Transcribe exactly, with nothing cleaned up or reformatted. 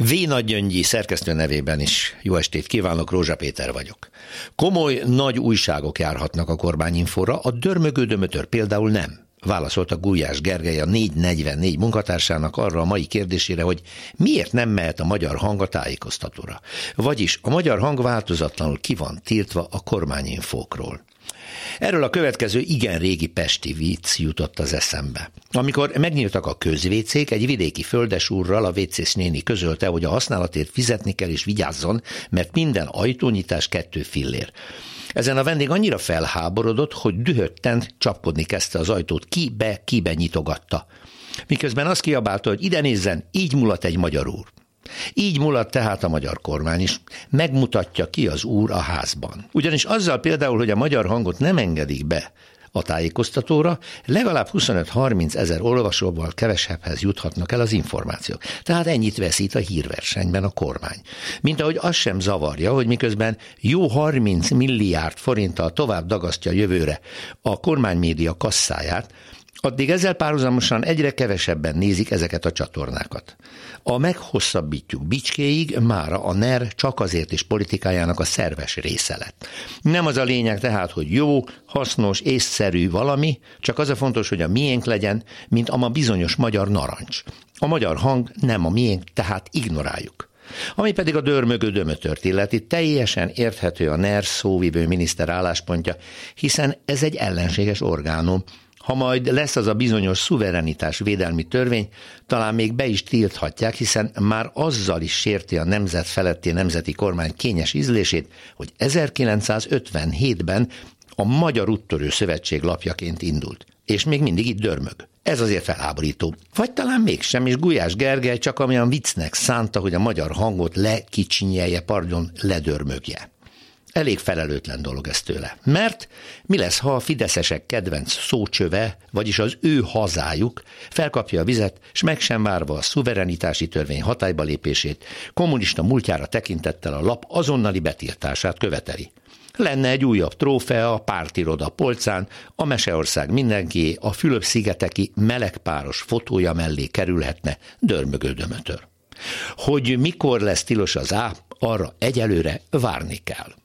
V. Nagy Gyöngyi szerkesztő nevében is jó estét kívánok, Rózsa Péter vagyok. Komoly, nagy újságok járhatnak a kormányinfóra, a dörmögő-dömötör például nem. Válaszolta Gulyás Gergely a négy negyvennégy munkatársának arra a mai kérdésére, hogy miért nem mehet a Magyar Hang a tájékoztatóra. Vagyis a Magyar Hang változatlanul ki van tiltva a kormányinfókról. Erről a következő igen régi pesti vicc jutott az eszembe. Amikor megnyíltak a közvécék, egy vidéki földesúrral a vécész néni közölte, hogy a használatért fizetni kell és vigyázzon, mert minden ajtónyitás kettő fillér. Ezen a vendég annyira felháborodott, hogy dühötten csapkodni kezdte az ajtót, ki-be-kibe nyitogatta. Miközben azt kiabálta, hogy ide nézzen, így mulat egy magyar úr. Így mulat tehát a magyar kormány is, megmutatja ki az úr a házban. Ugyanis azzal például, hogy a Magyar Hangot nem engedik be a tájékoztatóra, legalább huszonöt-harminc ezer olvasóval kevesebbhez juthatnak el az információk. Tehát ennyit veszít a hírversenyben a kormány. Mint ahogy az sem zavarja, hogy miközben jó harminc milliárd forinttal tovább dagasztja jövőre a kormánymédia kasszáját, addig ezzel párhuzamosan egyre kevesebben nézik ezeket a csatornákat. A meghosszabbítjuk bicskéig mára a NER csak azért is politikájának a szerves része lett. Nem az a lényeg tehát, hogy jó, hasznos, észszerű valami, csak az a fontos, hogy a miénk legyen, mint a ma bizonyos magyar narancs. A Magyar Hang nem a miénk, tehát ignoráljuk. Ami pedig a dörmögő-dömötört illeti, teljesen érthető a NER szóvivő miniszter álláspontja, hiszen ez egy ellenséges orgánum. Ha majd lesz az a bizonyos szuverenitás védelmi törvény, talán még be is tilthatják, hiszen már azzal is sérti a nemzet feletti nemzeti kormány kényes ízlését, hogy ezerkilencszázötvenhétben a Magyar Úttörő Szövetség lapjaként indult. És még mindig itt dörmög. Ez azért felháborító. Vagy talán mégsem, és Gulyás Gergely csak amilyen viccnek szánta, hogy a Magyar Hangot lekicsinyelje, pardon, ledörmögje. Elég felelőtlen dolog ez tőle. Mert mi lesz, ha a fideszesek kedvenc szócsöve, vagyis az ő hazájuk felkapja a vizet, s meg sem várva a szuverenitási törvény hatályba lépését, kommunista múltjára tekintettel a lap azonnali betiltását követeli. Lenne egy újabb trófea a pártiroda polcán, a Meseország mindenkié, a Fülöp-szigeteki melegpáros fotója mellé kerülhetne dörmögő-dömötör. Hogy mikor lesz tilos az A, arra egyelőre várni kell.